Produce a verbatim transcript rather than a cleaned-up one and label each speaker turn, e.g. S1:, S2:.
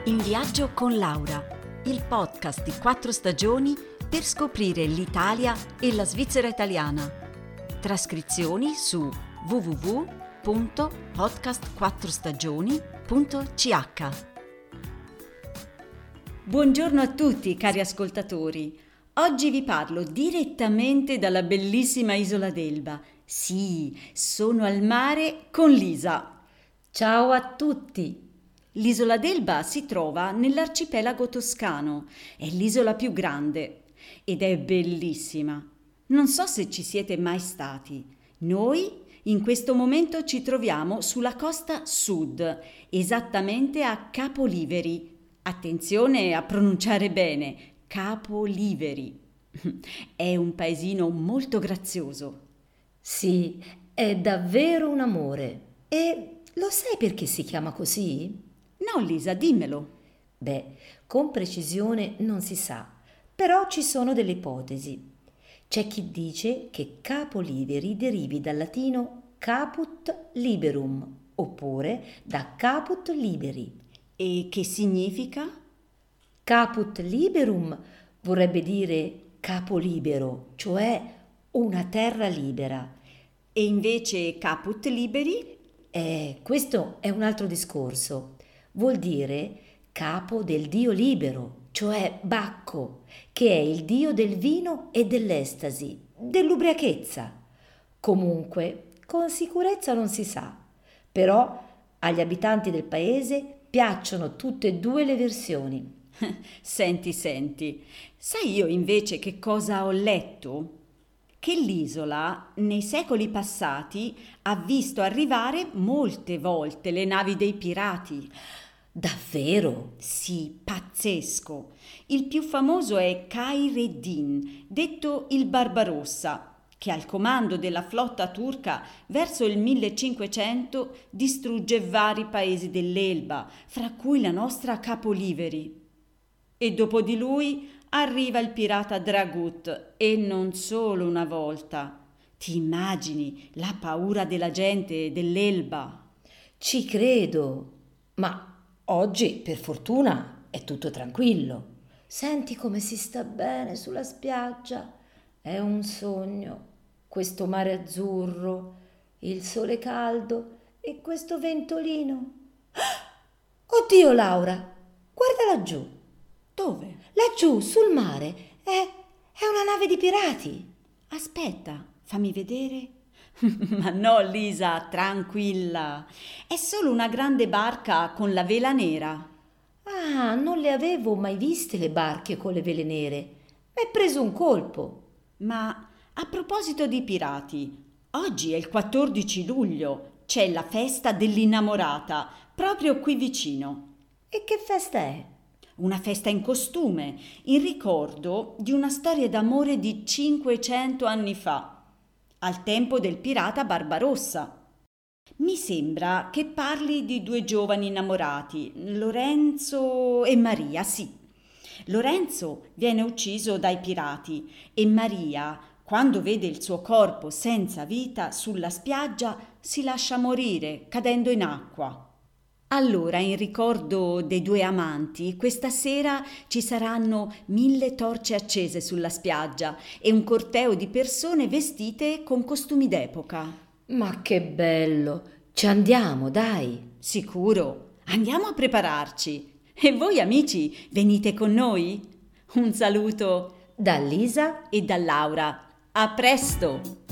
S1: In viaggio con Laura, il podcast di quattro stagioni per scoprire l'Italia e la Svizzera italiana. Trascrizioni su w w w punto podcast quattro stagioni punto c h. Buongiorno a tutti cari ascoltatori. Oggi vi parlo direttamente dalla bellissima isola d'Elba. Sì, sono al mare con Lisa.
S2: Ciao a tutti!
S1: L'isola d'Elba si trova nell'arcipelago toscano, è l'isola più grande ed è bellissima. Non so se ci siete mai stati. Noi in questo momento ci troviamo sulla costa sud, esattamente a Capoliveri. Attenzione a pronunciare bene, Capoliveri. È un paesino molto grazioso.
S2: Sì, è davvero un amore. E lo sai perché si chiama così?
S1: No, Lisa, dimmelo.
S2: Beh, con precisione non si sa, però ci sono delle ipotesi. C'è chi dice che Capoliveri derivi dal latino caput liberum, oppure da caput liberi.
S1: E che significa?
S2: Caput liberum vorrebbe dire capo libero, cioè una terra libera.
S1: E invece caput liberi?
S2: Eh, questo è un altro discorso. Vuol dire capo del dio libero, cioè Bacco, che è il dio del vino e dell'estasi, dell'ubriachezza. Comunque, con sicurezza non si sa, però agli abitanti del paese piacciono tutte e due le versioni.
S1: Senti, senti, sai io invece che cosa ho letto? Che l'isola nei secoli passati ha visto arrivare molte volte le navi dei pirati.
S2: Davvero?
S1: Sì, pazzesco. Il più famoso è Khayr ed-Din, detto il Barbarossa, che al comando della flotta turca verso il millecinquecento distrugge vari paesi dell'Elba, fra cui la nostra Capoliveri. E dopo di lui arriva il pirata Dragut, e non solo una volta. Ti immagini la paura della gente dell'Elba?
S2: Ci credo, ma oggi per fortuna è tutto tranquillo. Senti come si sta bene sulla spiaggia. È un sogno. Questo mare azzurro, il sole caldo e questo ventolino. Oddio Laura, guarda laggiù.
S1: Dove?
S2: Laggiù, sul mare. È, è una nave di pirati.
S1: Aspetta, fammi vedere. Ma no, Lisa, tranquilla. È solo una grande barca con la vela nera.
S2: Ah, non le avevo mai viste le barche con le vele nere. Mi è preso un colpo.
S1: Ma a proposito di pirati, oggi è il quattordici luglio. C'è la festa dell'innamorata, proprio qui vicino.
S2: E che festa è?
S1: Una festa in costume, in ricordo di una storia d'amore di cinquecento anni fa, al tempo del pirata Barbarossa. Mi sembra che parli di due giovani innamorati, Lorenzo e Maria, sì. Lorenzo viene ucciso dai pirati e Maria, quando vede il suo corpo senza vita sulla spiaggia, si lascia morire cadendo in acqua. Allora, in ricordo dei due amanti, questa sera ci saranno mille torce accese sulla spiaggia e un corteo di persone vestite con costumi d'epoca.
S2: Ma che bello! Ci andiamo, dai!
S1: Sicuro! Andiamo a prepararci! E voi amici, venite con noi? Un saluto
S2: da Lisa
S1: e da Laura. A presto!